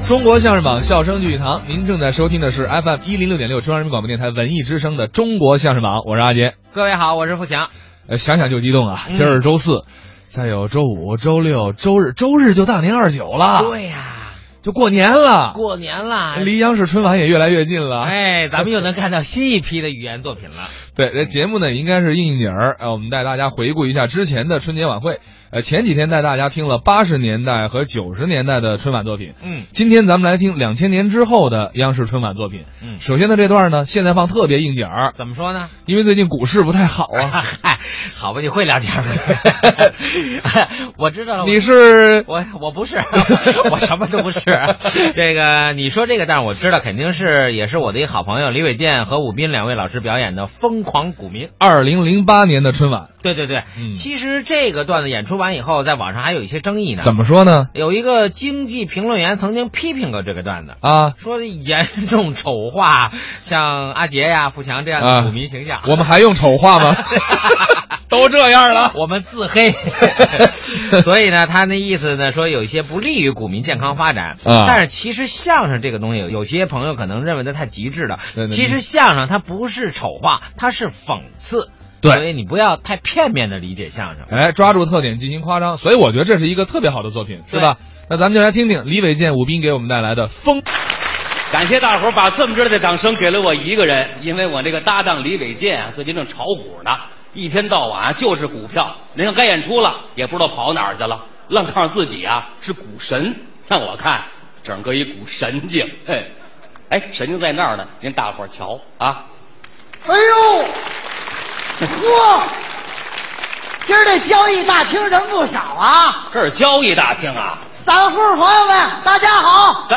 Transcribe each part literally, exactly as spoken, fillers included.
中国相声榜，笑声聚一堂。您正在收听的是 F M 一零六点六中央人民广播电台文艺之声的中国相声榜，我是阿杰。 各位好，我是富强。 呃，想想就激动啊！今儿是周四，嗯、再有周五、周六、周日，周日就大年二十九了。 对呀、啊， 就过年了， 过年了， 离央视春晚也越来越近了。 哎，咱们又能看到新一批的语言作品了。 对，这节目呢应该是应应景儿，呃，我们带大家回顾一下之前的春节晚会。呃，前几天带大家听了八十年代和九十年代的春晚作品， 嗯，今天咱们来听两千年之后的央视春晚作品。嗯，首先的这段呢，现在放特别应景儿， 怎么说呢？ 因为最近股市不太好啊。 嗨，好吧，你会聊天吗？我知道了， 你是我我不是，我什么都不是。这个你说这个，但是我知道肯定是也是我的一个好朋友李伟健和武斌两位老师表演的《疯狂股民》。 二零零八年的春晚。 对对对，嗯，其实这个段子演出完以后，在网上还有一些争议呢。 怎么说呢？ 有一个经济评论员曾经批评过这个段子啊， 说严重丑化像阿杰呀、富强这样的股民形象。 啊、我们还用丑化吗？都这样了， 我们自黑。所以呢，他那意思呢，说有一些不利于股民健康发展。啊、但是其实相声这个东西，有些朋友可能认为它太极致了。对对对，其实相声它不是丑化，它是讽刺。 对， 所以你不要太片面的理解相声， 哎，抓住特点进行夸张，所以我觉得这是一个特别好的作品，是吧？那咱们就来听听李伟健、武斌给我们带来的《风》。 感谢大伙儿把这么热烈的掌声给了我一个人，因为我这个搭档李伟健啊，最近正炒股呢，一天到晚就是股票。您看该演出了，也不知道跑哪儿去了，愣告诉自己啊是股神，让我看整个一股神经。嘿，哎，神经在那儿呢，您大伙儿瞧啊！ 哎呦！嚯！今儿这交易大厅人不少啊！ 这是交易大厅啊！ 散户朋友们，大家好！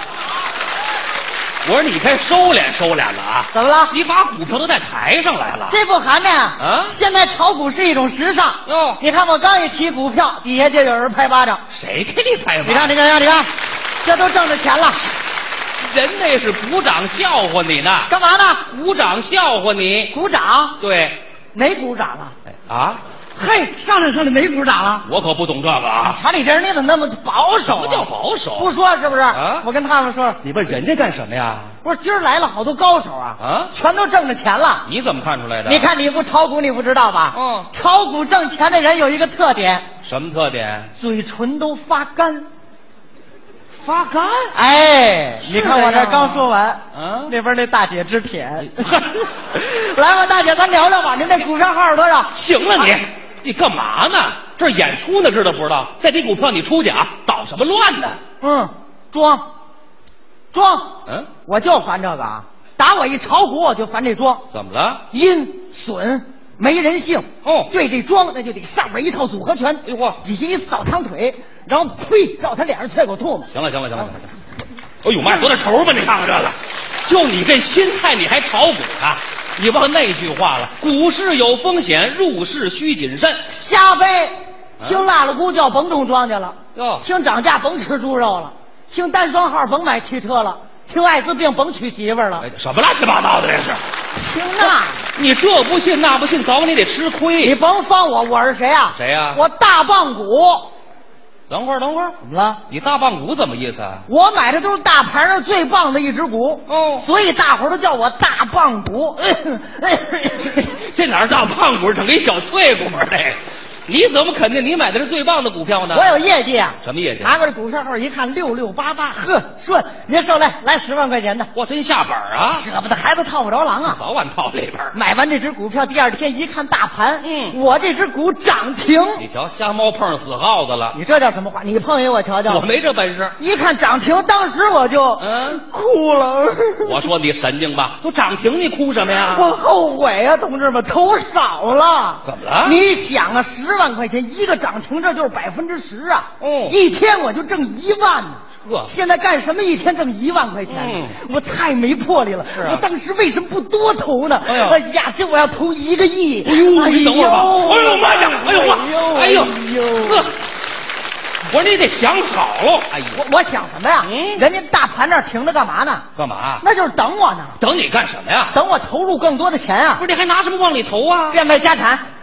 我说你该收敛收敛了啊！ 怎么了？ 你把股票都带台上来了？ 这不寒碜啊！ 现在炒股是一种时尚哦。你看我刚一提股票，底下就有人拍巴掌。 谁给你拍巴掌？ 你看，你看，你看，这都挣着钱了。 人那是鼓掌笑话你呢。 干嘛呢？ 鼓掌笑话你。 鼓掌？ 对。 哪鼓掌了？ 啊？ 嘿，上来上来，哪鼓掌了？ 我可不懂这个啊！ 瞧你这人，你怎么那么保守、啊？ 什么叫保守？ 不说是不是？ 啊！ 我跟他们说， 你问人家干什么呀？ 不是，今儿来了好多高手啊！ 啊， 全都挣着钱了。 你怎么看出来的？ 你看你不炒股，你不知道吧？ 嗯， 炒股挣钱的人有一个特点。 什么特点？ 嘴唇都发干。 发干？ 哎，你看我这刚说完， 嗯， 那边那大姐直舔。来吧，大姐，咱聊聊吧。您这股票号是多少？ 行了你，你干嘛呢？这演出呢，知道不知道？再提股票你出去啊，捣什么乱呢？ 嗯，装，装。 嗯， 我就烦这个啊！打我一炒股，我就烦这装。 怎么了？ 阴损。没人性哦， 对这装那就得上面一套组合拳， 哎呦嚯， 底下一扫长腿，然后呸，绕他脸上啐口唾沫。 行了行了行了行了行了，哎呦妈，多大仇吧？你看看这个，就你这心态，你还炒股啊？你忘那句话了，股市有风险，入市需谨慎。 瞎背，听拉拉姑叫甭种庄稼了， 哟， 听涨价甭吃猪肉了，听单双号甭买汽车了。听艾滋病甭娶媳妇儿了、 哎，什么乱七八糟的这是？ 听那， 你这不信那不信，早晚你得吃亏。 你甭放我，我是谁啊？ 谁呀、啊？ 我大棒股。 等会儿，等会儿， 怎么了？ 你大棒股怎么意思啊？ 我买的都是大盘上最棒的一只股哦， 所以大伙儿都叫我大棒股。 这哪儿大棒股，整个一小脆股的。你怎么肯定你买的是最棒的股票呢？ 我有业绩啊！ 什么业绩？ 拿过这股票号一看，六六八八，呵，顺！您收来，来十万块钱的。 哇，真下本啊！ 舍不得孩子套不着狼啊！ 早晚套里边。 买完这只股票，第二天一看大盘， 嗯， 我这只股涨停。 你瞧，瞎猫碰上死耗子了。 你这叫什么话？你碰一我瞧瞧。 我没这本事。 一看涨停，当时我就嗯哭了。 我说你神经吧，都涨停你哭什么呀？ 我后悔啊，同志们，投少了。 怎么了？ 你想啊，十万块钱一个涨停，这就是百分之十啊！ 哦， 一天我就挣一万呢。 呵， 现在干什么一天挣一万块钱？ 嗯， 我太没魄力了。 是啊， 我当时为什么不多投呢？ 哎呦， 哎呀，这我要投一个亿！ 哎呦，你等会儿吧！哎呦妈呀！哎呦妈！哎呦，呵，我说你得想好喽！哎呦， 我我想什么呀？ 嗯， 人家大盘那儿停着干嘛呢？ 干嘛？ 那就是等我呢。 等你干什么呀？ 等我投入更多的钱啊！ 不是，你还拿什么往里投啊？ 变卖家产。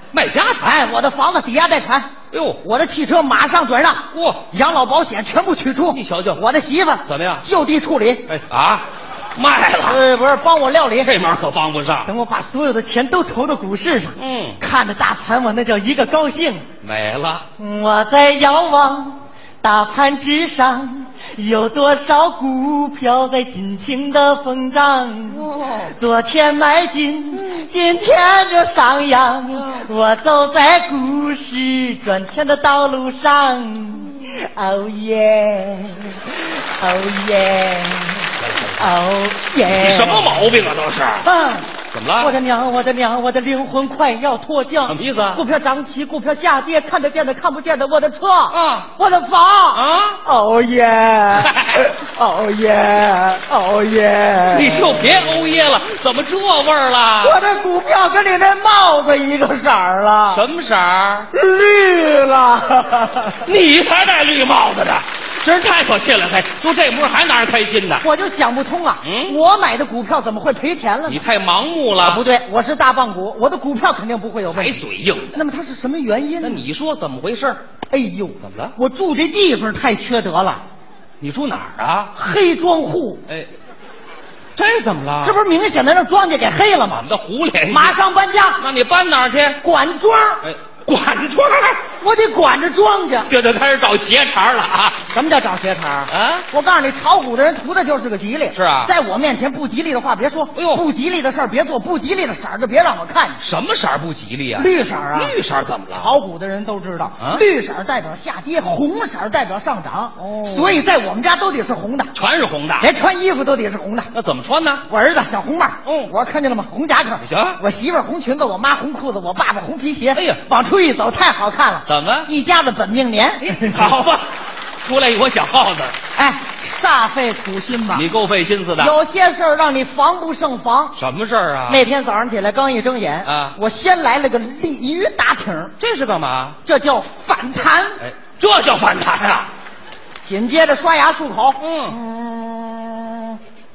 卖家产。 哎，我的房子抵押贷款。 哎呦， 我的汽车马上转让。 哇， 养老保险全部取出。 你瞧瞧， 我的媳妇怎么样？ 就地处理。 哎啊，卖了。 呃，不是，帮我料理。 这忙可帮不上。 等我把所有的钱都投到股市上， 嗯， 看着大盘我那叫一个高兴。 没了。 我在遥望大盘之上，有多少股票在尽情的疯涨？哦，昨天买进，今天就上扬。我走在股市赚钱的道路上。哦耶，哦耶，哦耶！ 你什么毛病啊？都是。 嗯。 怎么了？ 我的娘，我的娘，我的灵魂快要脱缰。 什么意思啊？ 股票涨起，股票下跌，看得见的看不见的，我的车啊， 我的房啊， 哦耶，哦耶，哦耶！ 你就别哦耶了，怎么这味儿了？ 我这股票跟你那帽子一个色儿了。 什么色儿？ 绿了。 你才戴绿帽子的。真是太可气了！嘿，就这模还拿人开心呢？ 我就想不通啊！嗯，我买的股票怎么会赔钱了呢？ 你太盲目了。 啊、不对，我是大棒股，我的股票肯定不会有问题。 还嘴硬。 那么它是什么原因？ 那你说怎么回事？ 哎呦， 怎么了？ 我住这地方太缺德了。 你住哪儿啊？ 黑庄户。 哎，这怎么了？ 这不是明显的让庄稼给黑了吗？ 我们的胡联系。 马上搬家。 那你搬哪儿去？ 管庄。 哎。管庄， 我得管着庄稼。 这就开始找鞋茬了啊！ 什么叫找鞋茬啊？ 我告诉你，炒股的人图的就是个吉利。 是啊， 在我面前不吉利的话别说， 哎呦， 不吉利的事儿别做，不吉利的色儿就别让我看见。 什么色儿不吉利啊？ 绿色啊！ 绿色怎么了？ 炒股的人都知道， 啊、 绿色代表下跌，红色代表上涨。哦，所以在我们家都得是红的， 全是红的， 连穿衣服都得是红的。 那怎么穿呢？ 我儿子小红帽， 嗯， 我看见了吗？红夹克。 行。 我媳妇儿红裙子，我妈红裤子，我爸爸红皮鞋。 哎呀， 往出一走太好看了。 怎么？ 一家子本命年。 好吧，出来一窝小耗子。 哎，煞费苦心吧。 你够费心思的。 有些事儿让你防不胜防。 什么事儿啊？ 那天早上起来刚一睁眼啊， 我先来了个鲤鱼打挺。 这是干嘛？ 这叫反弹。 哎，这叫反弹啊！ 紧接着刷牙漱口。 嗯。 嗯。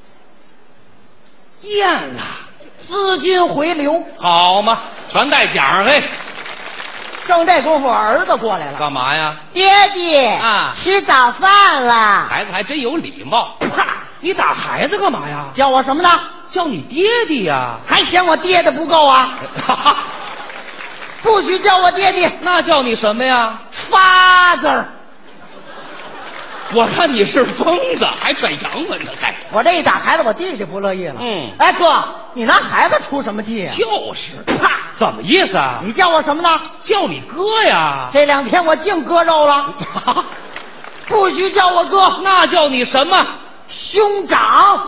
验了。 资金回流。 好嘛，全带奖嘿。 正这功夫，儿子过来了。 干嘛呀？ 爹爹啊， 吃早饭了。 孩子还真有礼貌。啪！你打孩子干嘛呀？ 叫我什么呢？ 叫你爹爹呀。 还嫌我爹的不够啊？不许叫我爹爹。 那叫你什么呀 ？Father。 我看你是疯子，还拽洋文呢，还。 我这一打孩子，我弟弟不乐意了。 嗯。 哎哥，你拿孩子出什么气啊？ 就是。啪！怎么意思啊？ 你叫我什么呢？ 叫你哥呀。 这两天我净割肉了。不许叫我哥。 那叫你什么？ 兄长。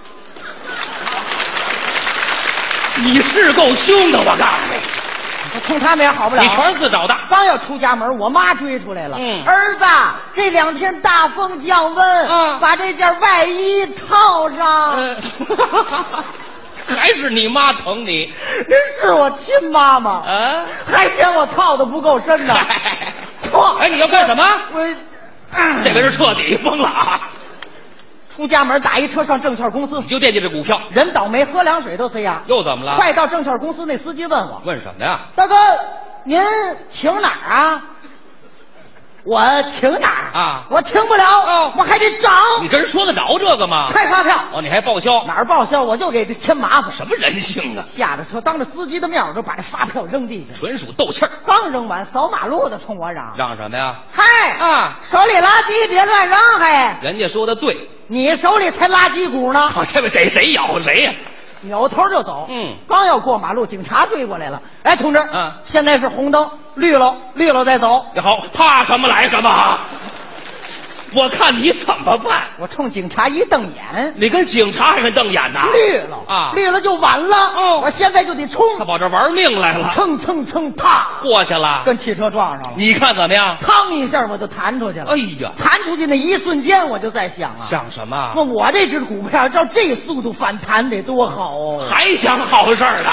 你是够凶的，我告诉你。 冲他们也好不了。 你全是自找的。 刚要出家门，我妈追出来了。 嗯， 儿子，这两天大风降温， 嗯， 把这件外衣套上。 嗯，还是你妈疼你？ 那是我亲妈妈。 啊， 还嫌我套的不够深呢。 哎，你要干什么？ 我， 嗯、这个人彻底疯了啊！ 出家门打一车上证券公司， 你就惦记这股票， 人倒霉喝凉水都塞牙。 又怎么了？ 快到证券公司，那司机问我， 问什么呀？ 大哥，您停哪儿啊？我停哪儿啊？ 我停不了，哦，我还得涨。 你跟人说得着这个吗？ 开发票。 哦，你还报销？ 哪儿报销？我就给这添麻烦。 什么人性啊！ 下着车，当着司机的面，我就把这发票扔地下， 纯属斗气儿。 刚扔完，扫马路的冲我嚷：“ 嚷什么呀？ 嗨啊， 手里垃圾别乱扔！嘿， 人家说的对， 你手里才垃圾股呢！ 啊，这位逮谁咬谁呀！” 扭头就走。 嗯， 刚要过马路，警察追过来了。哎，同志， 嗯， 现在是红灯，绿了，绿了再走。 也好，怕什么来什么。我看你怎么办？ 我冲警察一瞪眼。 你跟警察还跟瞪眼呐？ 绿了啊， 绿了就完了。 哦， 我现在就得冲。 他跑这玩命来了。 蹭蹭蹭，啪， 过去了， 跟汽车撞上了。 你看怎么样？ 嘡一下我就弹出去了。 哎呀， 弹出去那一瞬间，我就在想啊， 想什么？ 问我这只股票照这速度反弹得多好哦！ 还想好事儿呢？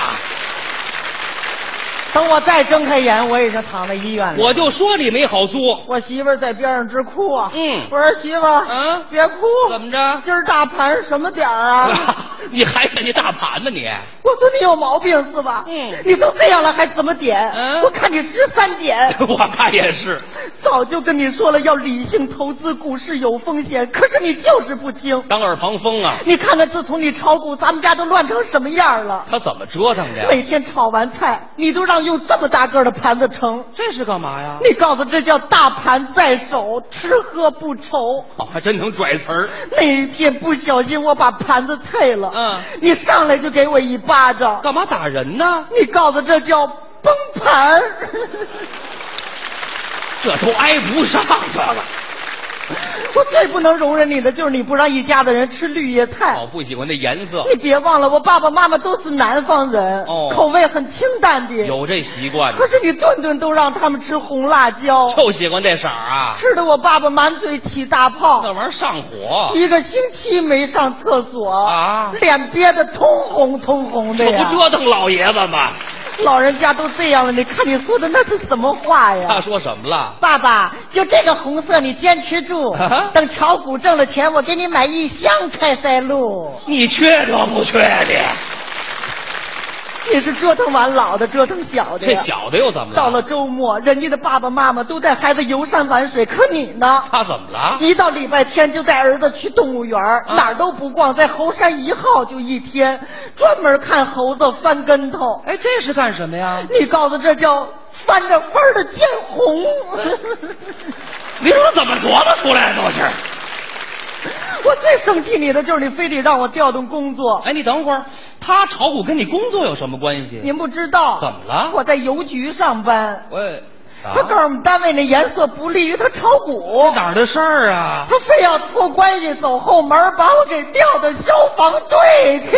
等我再睁开眼，我已经躺在医院里。 我就说你没好做。 我媳妇儿在边上直哭啊。 嗯， 我说媳妇儿， 嗯， 别哭。 怎么着？ 今儿大盘什么点儿啊？ 你还分析大盘呢你？ 我说你有毛病是吧？ 嗯， 你都这样了还怎么点？ 嗯， 我看你十三点。 我看也是， 早就跟你说了要理性投资，股市有风险，可是你就是不听， 当耳旁风啊！ 你看看自从你炒股，咱们家都乱成什么样了？ 他怎么折腾的呀？ 每天炒完菜，你都让用这么大个的盘子盛， 这是干嘛呀？ 你告诉这叫大盘在手，吃喝不愁。 哦，还真能拽词儿。 那一天不小心我把盘子碎了， 嗯， 你上来就给我一巴掌， 干嘛打人呢？ 你告诉这叫崩盘。 这都挨不上这个。 我最不能容忍你的就是你不让一家子人吃绿叶菜。 哦，不喜欢那颜色。 你别忘了，我爸爸妈妈都是南方人， 哦， 口味很清淡的， 有这习惯。 可是你顿顿都让他们吃红辣椒， 就喜欢这色儿啊， 吃的我爸爸满嘴起大泡， 那玩意儿上火， 一个星期没上厕所啊， 脸憋得通红通红的呀。 这不折腾老爷子吗？ 老人家都这样了，你看你说的那是什么话呀？ 他说什么了？ 爸爸，就这个红色你坚持住， 啊， 等炒股挣了钱，我给你买一箱开塞露。 你缺德不缺的？ 你是折腾完老的，折腾小的。 这小的又怎么了？ 到了周末，人家的爸爸妈妈都带孩子游山玩水，可你呢？ 他怎么了？ 一到礼拜天就带儿子去动物园，啊，哪儿都不逛，在猴山一号就一天，专门看猴子翻跟头。 哎，这是干什么呀？ 你告诉这叫翻着分儿的见红。 你说怎么琢磨出来的都是？ 我最生气你的就是你非得让我调动工作。 哎，你等会儿，他炒股跟你工作有什么关系？ 您不知道？ 怎么了？ 我在邮局上班。 我， 他告诉我们单位那颜色不利于他炒股。 哪儿的事儿啊？ 他非要托关系走后门，把我给调到消防队去。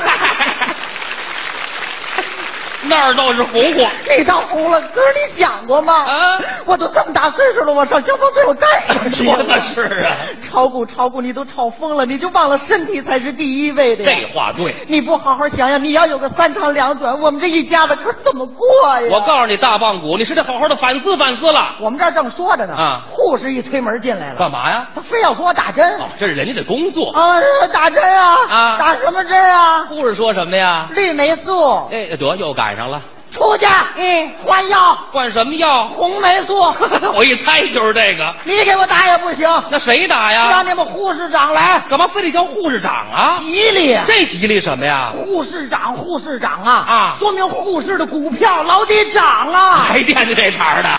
那儿倒是红火， 你倒红了，可是你想过吗？ 啊， 我都这么大岁数了，我上消防队我干什么去？ 说的是啊， 炒股炒股，你都炒疯了，你就忘了身体才是第一位的呀。 这话对， 你不好好想想，你要有个三长两短，我们这一家子可怎么过呀？ 我告诉你，大棒骨，你是得好好的反思反思了。 我们这儿正说着呢， 啊， 护士一推门进来了， 干嘛呀？ 他非要给我打针。 哦，这是人家的工作啊，是打针啊， 啊， 打什么针啊？ 护士说什么呀？ 绿霉素。 哎，得又赶上了。 出去， 嗯， 换药。 换什么药？ 红霉素。 我一猜就是这个。 你给我打也不行。 那谁打呀？ 让你们护士长来。 干嘛非得叫护士长啊？ 吉利。 这吉利什么呀？ 护士长，护士长啊啊， 说明护士的股票老得涨啊。 还惦记这茬的。